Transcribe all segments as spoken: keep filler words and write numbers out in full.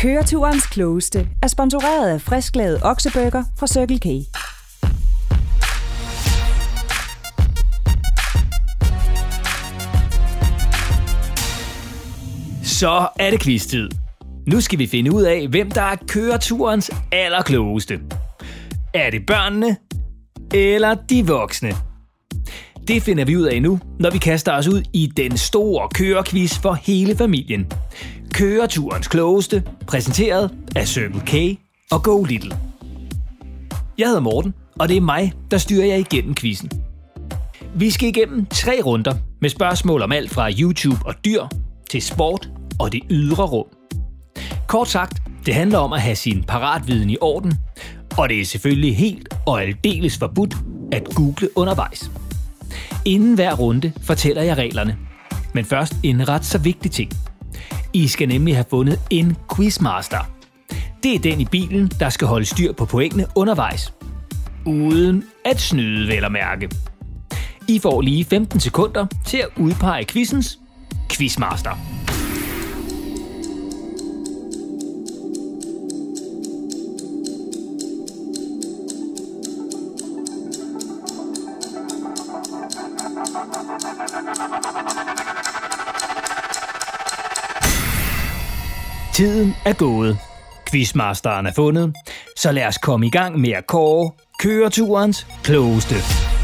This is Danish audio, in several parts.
Køreturens klogeste er sponsoreret af frisklavet okseburger fra Circle K. Så er det quiz-tid. Nu skal vi finde ud af, hvem der er køreturens allerklogeste. Er det børnene eller de voksne? Det finder vi ud af nu, når vi kaster os ud i den store kørequiz for hele familien. Køreturens klogeste, præsenteret af Circle K og Go Little. Jeg hedder Morten, og det er mig, der styrer jer igennem quizzen. Vi skal igennem tre runder med spørgsmål om alt fra YouTube og dyr til sport og det ydre rum. Kort sagt, det handler om at have sin paratviden i orden, og det er selvfølgelig helt og aldeles forbudt at google undervejs. Inden hver runde fortæller jeg reglerne, men først en ret så vigtig ting. I skal nemlig have fundet en quizmaster. Det er den i bilen, der skal holde styr på pointene undervejs. Uden at snyde, vel at mærke. I får lige femten sekunder til at udpege quizzens quizmaster. Tiden er gået. Quizmasteren er fundet. Så lad os komme i gang med at kåre køreturens klogeste.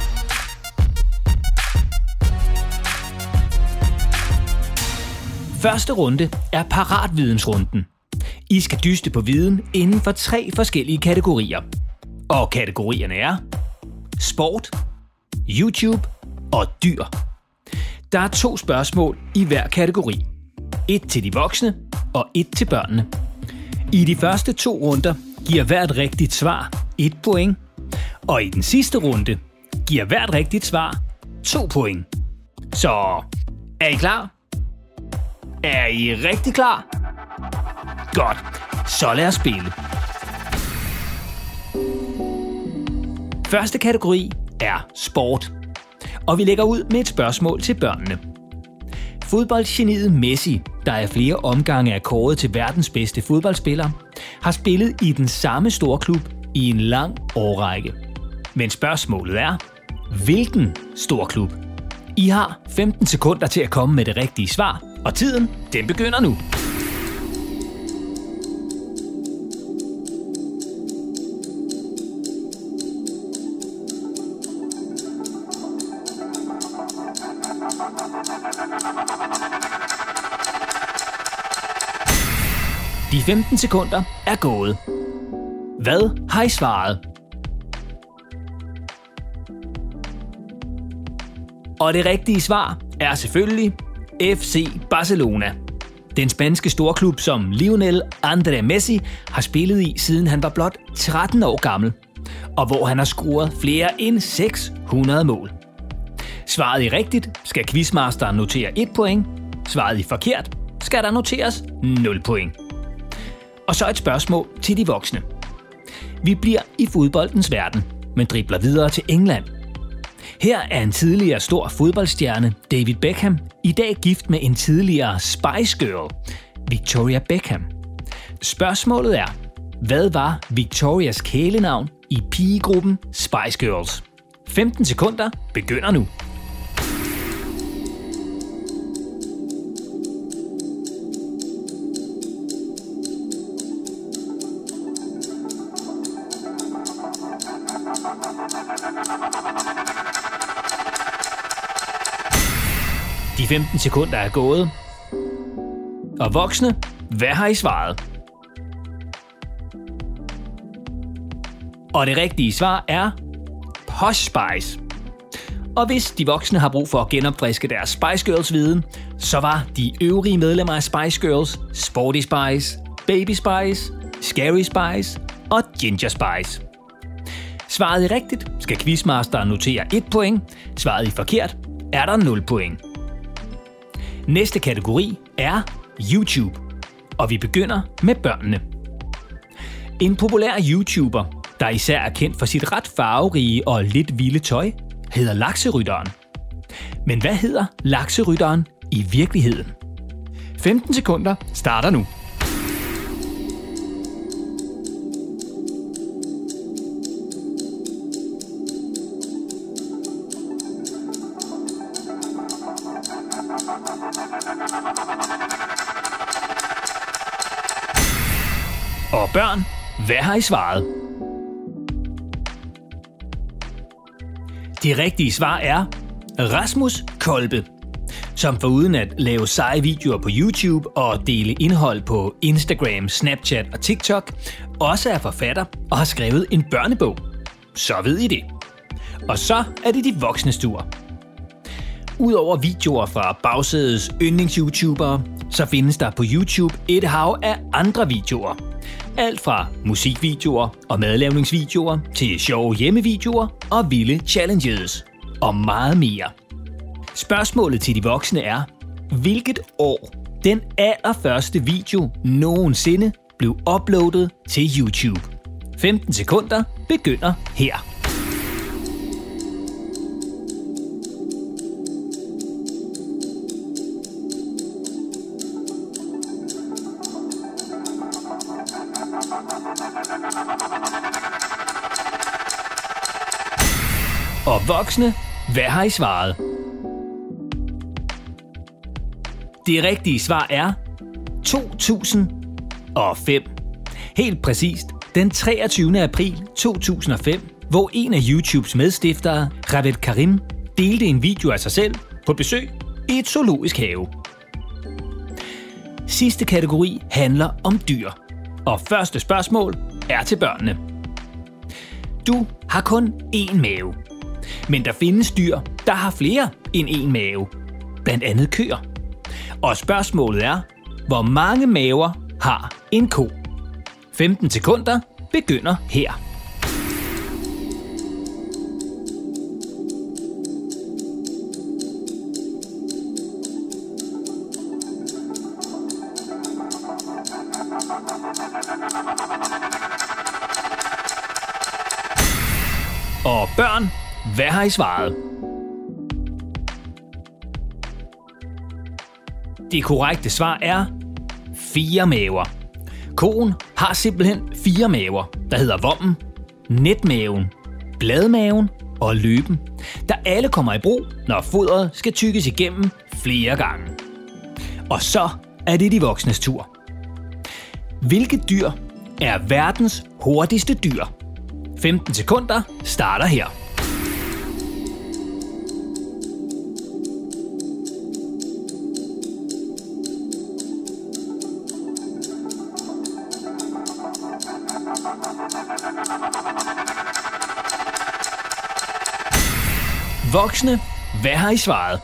Første runde er paratvidensrunden. I skal dyste på viden inden for tre forskellige kategorier. Og kategorierne er sport, YouTube og dyr. Der er to spørgsmål i hver kategori. Et til de voksne og et til børnene. I de første to runder giver hvert rigtigt svar et point, og i den sidste runde giver hvert rigtigt svar to point. Så er I klar? Er I rigtig klar? Godt, så lad os spille. Første kategori er sport, og vi lægger ud med et spørgsmål til børnene. Fodboldgeniet Messi, der er flere omgange er kåret til verdens bedste fodboldspiller, har spillet i den samme store klub i en lang årrække. Men spørgsmålet er, hvilken stor klub? I har femten sekunder til at komme med det rigtige svar, og tiden, den begynder nu. De femten sekunder er gået. Hvad har I svaret? Og det rigtige svar er selvfølgelig F C Barcelona. Den spanske storklub, som Lionel Andrés Messi har spillet i, siden han var blot tretten år gammel, og hvor han har scoret flere end seks hundrede mål. Svaret I rigtigt skal quizmasteren notere et point. Svaret I forkert skal der noteres nul point. Og så et spørgsmål til de voksne. Vi bliver i fodboldens verden, men dribler videre til England. Her er en tidligere stor fodboldstjerne, David Beckham, i dag gift med en tidligere Spice Girl, Victoria Beckham. Spørgsmålet er, hvad var Victorias kælenavn i pigegruppen Spice Girls? femten sekunder begynder nu. De femten sekunder er gået. Og voksne, hvad har I svaret? Og det rigtige svar er Posh Spice. Og hvis de voksne har brug for at genopfriske deres Spice Girls viden, så var de øvrige medlemmer af Spice Girls Sporty Spice, Baby Spice, Scary Spice og Ginger Spice. Svaret I rigtigt skal quizmasteren notere et point. Svaret I forkert er der nul point. Næste kategori er YouTube, og vi begynder med børnene. En populær YouTuber, der især er kendt for sit ret farverige og lidt vilde tøj, hedder Lakserytteren. Men hvad hedder Lakserytteren i virkeligheden? femten sekunder starter nu. Og børn, hvad har I svaret? Det rigtige svar er Rasmus Kolbe, som foruden at lave seje videoer på YouTube og dele indhold på Instagram, Snapchat og TikTok, også er forfatter og har skrevet en børnebog. Så ved I det. Og så er det de voksnes tur. Udover videoer fra bagsædets yndlings-YouTubere, så findes der på YouTube et hav af andre videoer. Alt fra musikvideoer og madlavningsvideoer til sjove hjemmevideoer og vilde challenges. Og meget mere. Spørgsmålet til de voksne er, hvilket år den allerførste video nogensinde blev uploadet til YouTube? femten sekunder begynder her. Og voksne, hvad har I svaret? Det rigtige svar er to tusind og fem. Helt præcist den treogtyvende april to tusind og fem, hvor en af YouTubes medstiftere, Raved Karim, delte en video af sig selv på besøg i et zoologisk have. Sidste kategori handler om dyr, og første spørgsmål er til børnene. Du har kun én mave, men der findes dyr, der har flere end én mave, blandt andet køer. Og spørgsmålet er, hvor mange maver har en ko? femten sekunder begynder her. Og børn, hvad har I svaret? Det korrekte svar er fire maver. Koen har simpelthen fire maver, der hedder vommen, netmaven, bladmaven og løben, der alle kommer i brug, når fodret skal tygges igennem flere gange. Og så er det de voksnes tur. Hvilket dyr er verdens hurtigste dyr? femten sekunder starter her. Voksne, hvad har I svaret?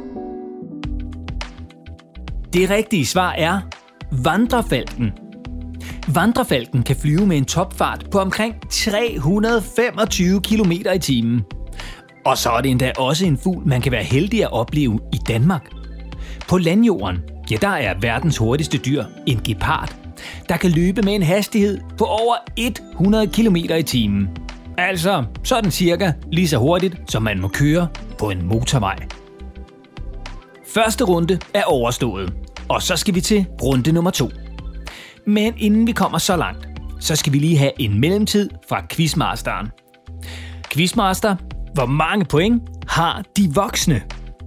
Det rigtige svar er vandrefalken. Vandrefalken kan flyve med en topfart på omkring tre hundrede og femogtyve kilometer i timen. Og så er det endda også en fugl, man kan være heldig at opleve i Danmark. På landjorden, ja, der er verdens hurtigste dyr en gepard, der kan løbe med en hastighed på over hundrede kilometer i timen. Altså sådan cirka lige så hurtigt, som man må køre på en motorvej. Første runde er overstået, og så skal vi til runde nummer to. Men inden vi kommer så langt, så skal vi lige have en mellemtid fra Quizmasteren. Quizmaster, hvor mange point har de voksne?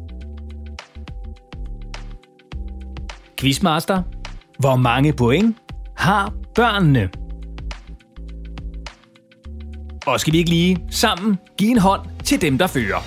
Quizmaster, hvor mange point har børnene? Og skal vi ikke lige sammen give en hånd til dem, der fører?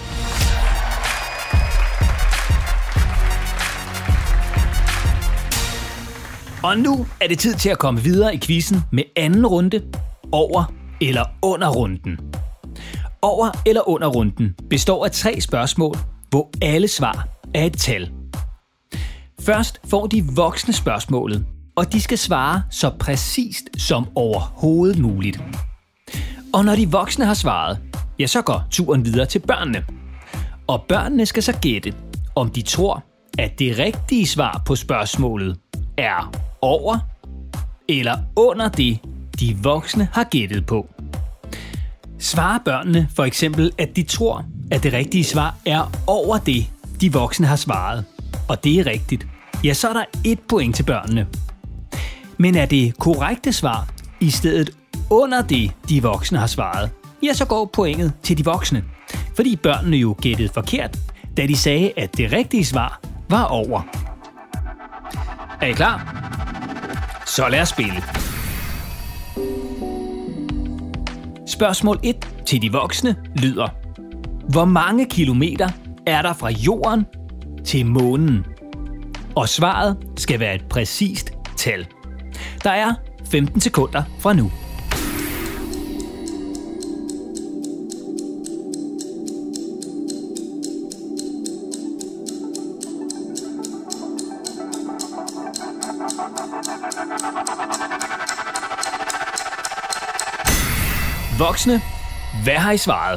Og nu er det tid til at komme videre i quizzen med anden runde, over eller under runden. Over eller under runden består af tre spørgsmål, hvor alle svar er et tal. Først får de voksne spørgsmålet, og de skal svare så præcist som overhovedet muligt. Og når de voksne har svaret, ja, så går turen videre til børnene. Og børnene skal så gætte, om de tror, at det rigtige svar på spørgsmålet er over eller under det, de voksne har gættet på. Svarer børnene for eksempel, at de tror, at det rigtige svar er over det, de voksne har svaret, og det er rigtigt, ja, så er der et point til børnene. Men er det korrekte svar i stedet under det, de voksne har svaret, ja, så går pointet til de voksne, fordi børnene jo gættede forkert, da de sagde, at det rigtige svar var over. Er I klar? Så lad os spille. Spørgsmål et til de voksne lyder: Hvor mange kilometer er der fra jorden til månen? Og svaret skal være et præcist tal. Der er femten sekunder fra nu. Voksne, hvad har I svaret?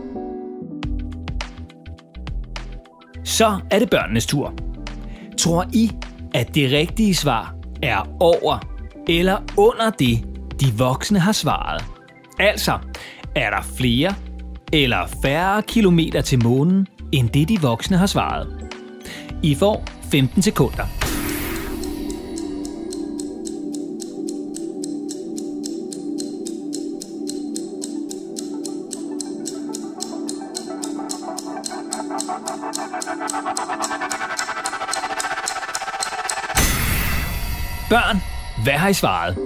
Så er det børnenes tur. Tror I, at det rigtige svar er over eller under det, de voksne har svaret? Altså, er der flere eller færre kilometer til månen, end det de voksne har svaret? I får femten sekunder. Børn, hvad har I svaret?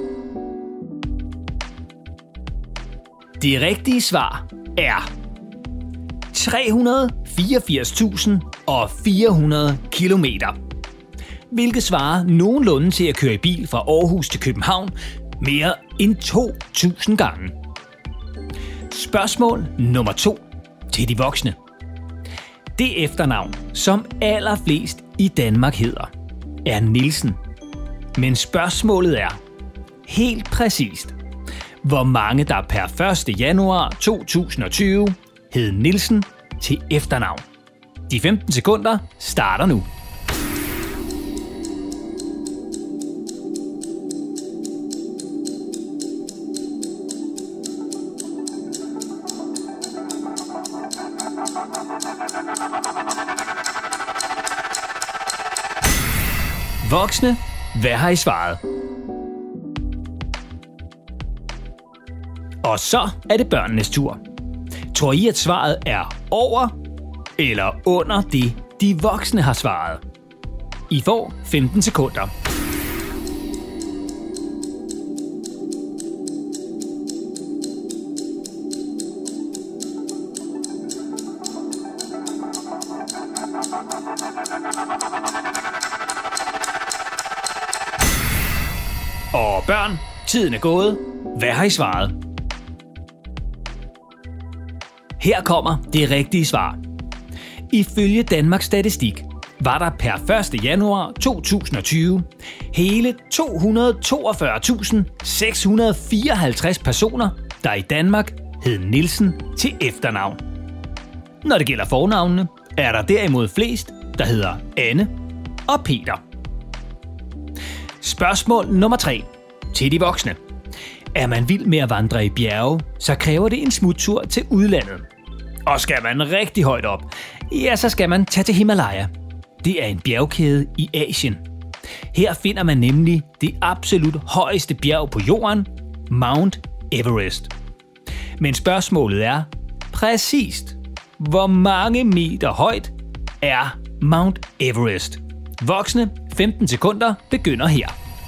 Det rigtige svar er tre hundrede fireogfirs tusind fire hundrede kilometer, hvilket svarer nogenlunde til at køre i bil fra Aarhus til København mere end to tusind gange. Spørgsmål nummer to til de voksne. Det efternavn, som allerflest i Danmark hedder, er Nielsen. Men spørgsmålet er, helt præcist, hvor mange der per første januar to tusind og tyve hed Nielsen til efternavn. De femten sekunder starter nu. Voksne, hvad har I svaret? Og så er det børnenes tur. Tror I, at svaret er over eller under det, de voksne har svaret? I får femten sekunder. Og børn, tiden er gået. Hvad har I svaret? Her kommer det rigtige svar. Ifølge Danmarks Statistik var der per første januar to tusind og tyve hele to hundrede toogfyrre tusind seks hundrede fireoghalvtreds personer, der i Danmark hed Nielsen til efternavn. Når det gælder fornavnene, er der derimod flest, der hedder Anne og Peter. Spørgsmål nummer tre til de voksne. Er man vild med at vandre i bjerge, så kræver det en smuttur til udlandet. Og skal man rigtig højt op, ja, så skal man tage til Himalaya. Det er en bjergkæde i Asien. Her finder man nemlig det absolut højeste bjerg på jorden, Mount Everest. Men spørgsmålet er præcist, hvor mange meter højt er Mount Everest? Voksne, femten sekunder begynder her.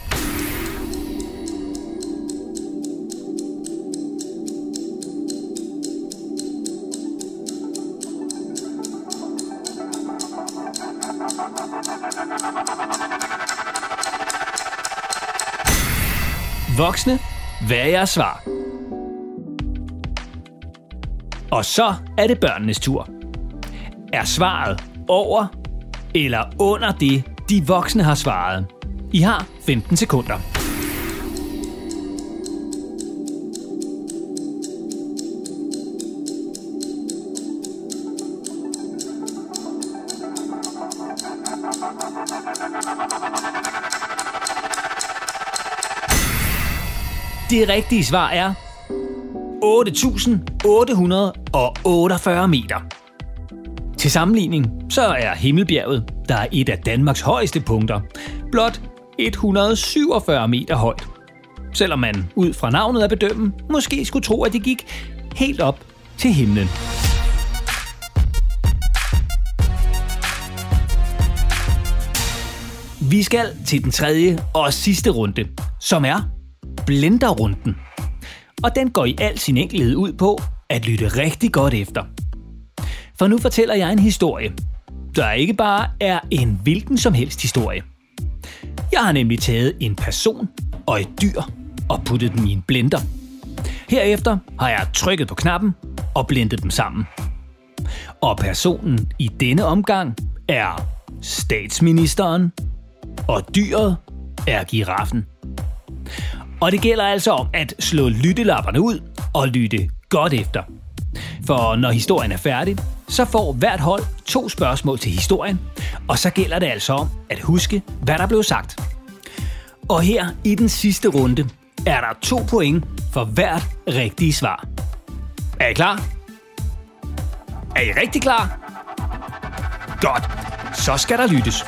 Voksne, hvad er jeres svar? Og så er det børnenes tur. Er svaret over eller under det, de voksne har svaret? I har femten sekunder. Det rigtige svar er otte tusind otte hundrede otteogfyrre meter. Til sammenligning så er Himmelbjerget, der er et af Danmarks højeste punkter, blot et hundrede og syvogfyrre meter højt. Selvom man ud fra navnet at bedømme måske skulle tro, at det gik helt op til himlen. Vi skal til den tredje og sidste runde, som er blenderrunden. og den går i al sin enkelhed ud på at lytte rigtig godt efter. For nu fortæller jeg en historie, der ikke bare er en hvilken som helst historie. Jeg har nemlig taget en person og et dyr og puttet dem i en blender. Herefter har jeg trykket på knappen og blendet dem sammen. Og personen i denne omgang er statsministeren, og dyret er giraffen. Og det gælder altså om at slå lyttelapperne ud og lytte godt efter. For når historien er færdig, så får hvert hold to spørgsmål til historien, og så gælder det altså om at huske, hvad der blev sagt. Og her i den sidste runde er der to point for hvert rigtige svar. Er I klar? Er I rigtig klar? Godt, så skal der lyttes.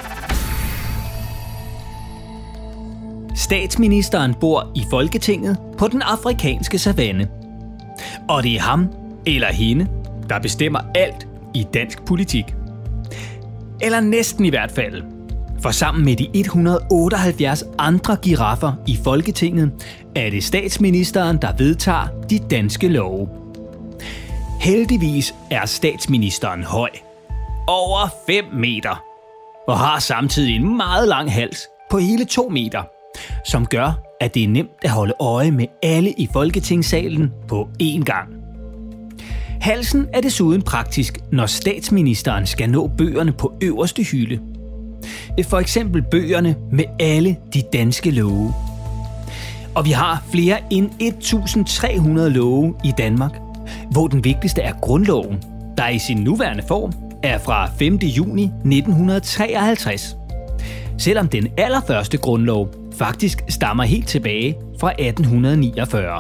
Statsministeren bor i Folketinget på den afrikanske savanne. Og det er ham eller hende, der bestemmer alt i dansk politik. Eller næsten i hvert fald. For sammen med de et hundrede otteoghalvfjerds andre giraffer i Folketinget, er det statsministeren, der vedtager de danske love. Heldigvis er statsministeren høj. Over fem meter. Og har samtidig en meget lang hals på hele to meter. Som gør, at det er nemt at holde øje med alle i Folketingssalen på én gang. Halsen er desuden praktisk, når statsministeren skal nå bøgerne på øverste hylde. For eksempel bøgerne med alle de danske love. Og vi har flere end et tusind tre hundrede love i Danmark, hvor den vigtigste er grundloven, der i sin nuværende form er fra femte juni nitten treoghalvtreds. Selvom den allerførste grundlov faktisk stammer helt tilbage fra atten niogfyrre.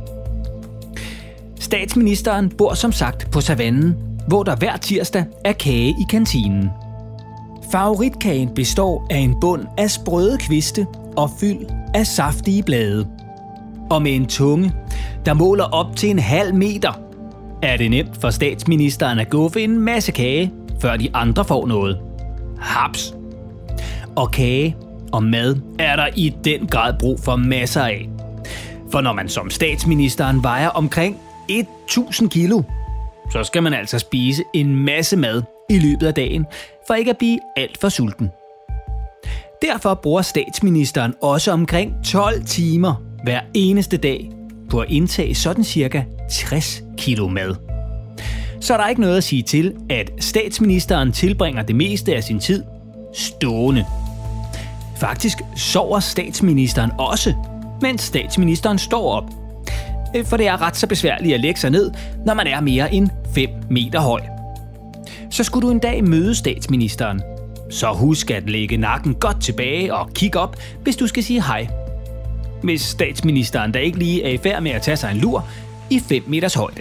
Statsministeren bor som sagt på savannen, hvor der hver tirsdag er kage i kantinen. Favoritkagen består af en bund af sprøde kviste og fyld af saftige blade. Og med en tunge, der måler op til en halv meter, er det nemt for statsministeren at guffe en masse kage, før de andre får noget. Haps! Og kage og mad er der i den grad brug for masser af. For når man som statsministeren vejer omkring tusind kilo, så skal man altså spise en masse mad i løbet af dagen, for ikke at blive alt for sulten. Derfor bruger statsministeren også omkring tolv timer hver eneste dag på at indtage sådan cirka tres kilo mad. Så er der ikke noget at sige til, at statsministeren tilbringer det meste af sin tid stående. Faktisk sover statsministeren også, mens statsministeren står op. For det er ret så besværligt at lægge sig ned, når man er mere end fem meter høj. Så skulle du en dag møde statsministeren, så husk at lægge nakken godt tilbage og kigge op, hvis du skal sige hej. Hvis statsministeren da ikke lige er i færd med at tage sig en lur i fem meters højde.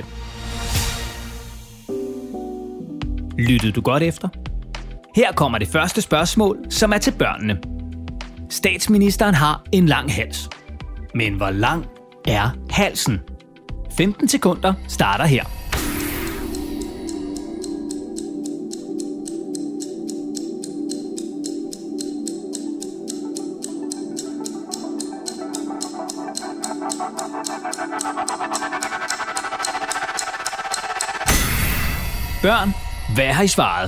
Lyttede du godt efter? Her kommer det første spørgsmål, som er til børnene. Statsministeren har en lang hals. Men hvor lang er halsen? femten sekunder starter her. Børn, hvad har I svaret?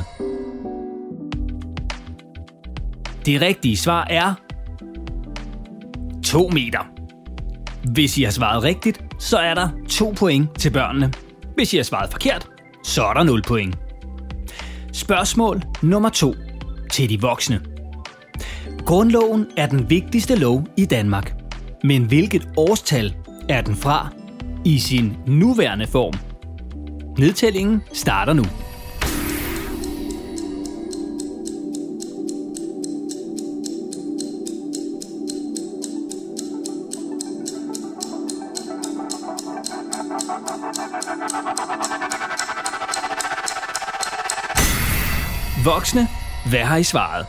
Det rigtige svar er to meter. Hvis I har svaret rigtigt, så er der to point til børnene. Hvis I har svaret forkert, så er der nul point. Spørgsmål nummer to til de voksne. Grundloven er den vigtigste lov i Danmark. Men hvilket årstal er den fra i sin nuværende form? Nedtællingen starter nu. Voksne, hvad har I svaret?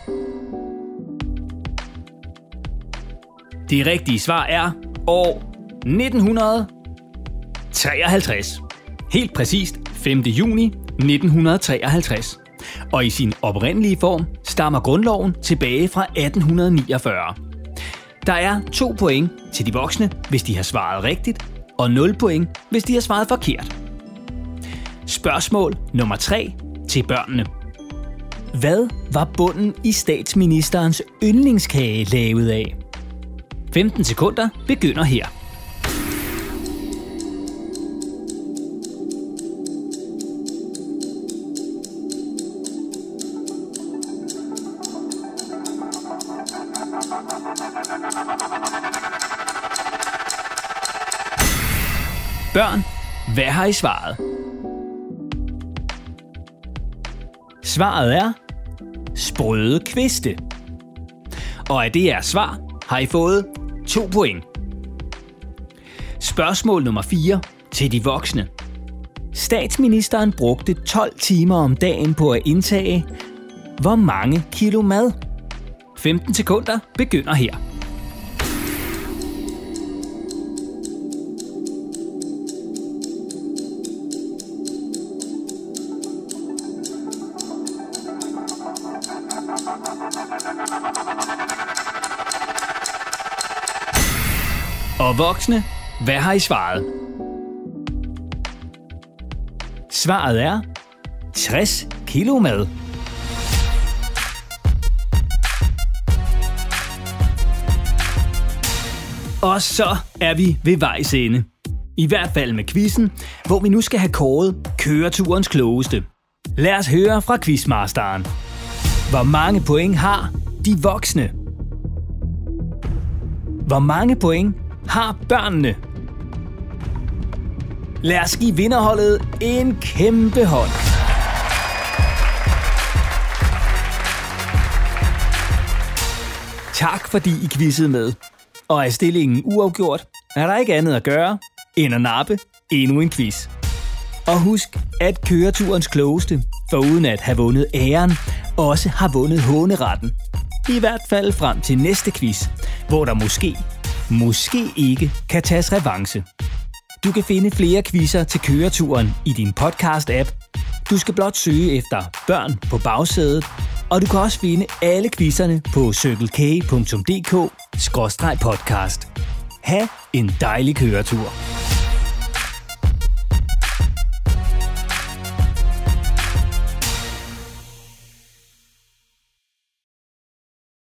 Det rigtige svar er år nitten treoghalvtreds. Helt præcist femte juni nitten treoghalvtreds. Og i sin oprindelige form stammer grundloven tilbage fra atten niogfyrre. Der er to point til de voksne, hvis de har svaret rigtigt, og nul point, hvis de har svaret forkert. Spørgsmål nummer tre til børnene. Hvad var bunden i statsministerens yndlingskage lavet af? femten sekunder begynder her. Børn, hvad har I svaret? Svaret er sprøde kviste. Og af det her svar har I fået to point. Spørgsmål nummer fire til de voksne. Statsministeren brugte tolv timer om dagen på at indtage hvor mange kilo mad? femten sekunder begynder her. Og voksne, hvad har I svaret? Svaret er tres kilo mad. Og så er vi ved vejs ende. I hvert fald med quizzen, hvor vi nu skal have kåret køreturens klogeste. Lad os høre fra quizmasteren. Hvor mange point har de voksne? Hvor mange point har børnene? Lad os give vinderholdet en kæmpe hånd. Tak fordi I quizzede med. Og er stillingen uafgjort, er der ikke andet at gøre end at nappe endnu en quiz. Og husk, at køreturens klogeste, foruden at have vundet æren, også har vundet håneretten. I hvert fald frem til næste quiz, hvor der måske, måske ikke kan tages revanche. Du kan finde flere quizzer til køreturen i din podcast-app. Du skal blot søge efter børn på bagsædet, og du kan også finde alle quizzerne på circle k punktum d k skråstreg podcast. Ha' en dejlig køretur.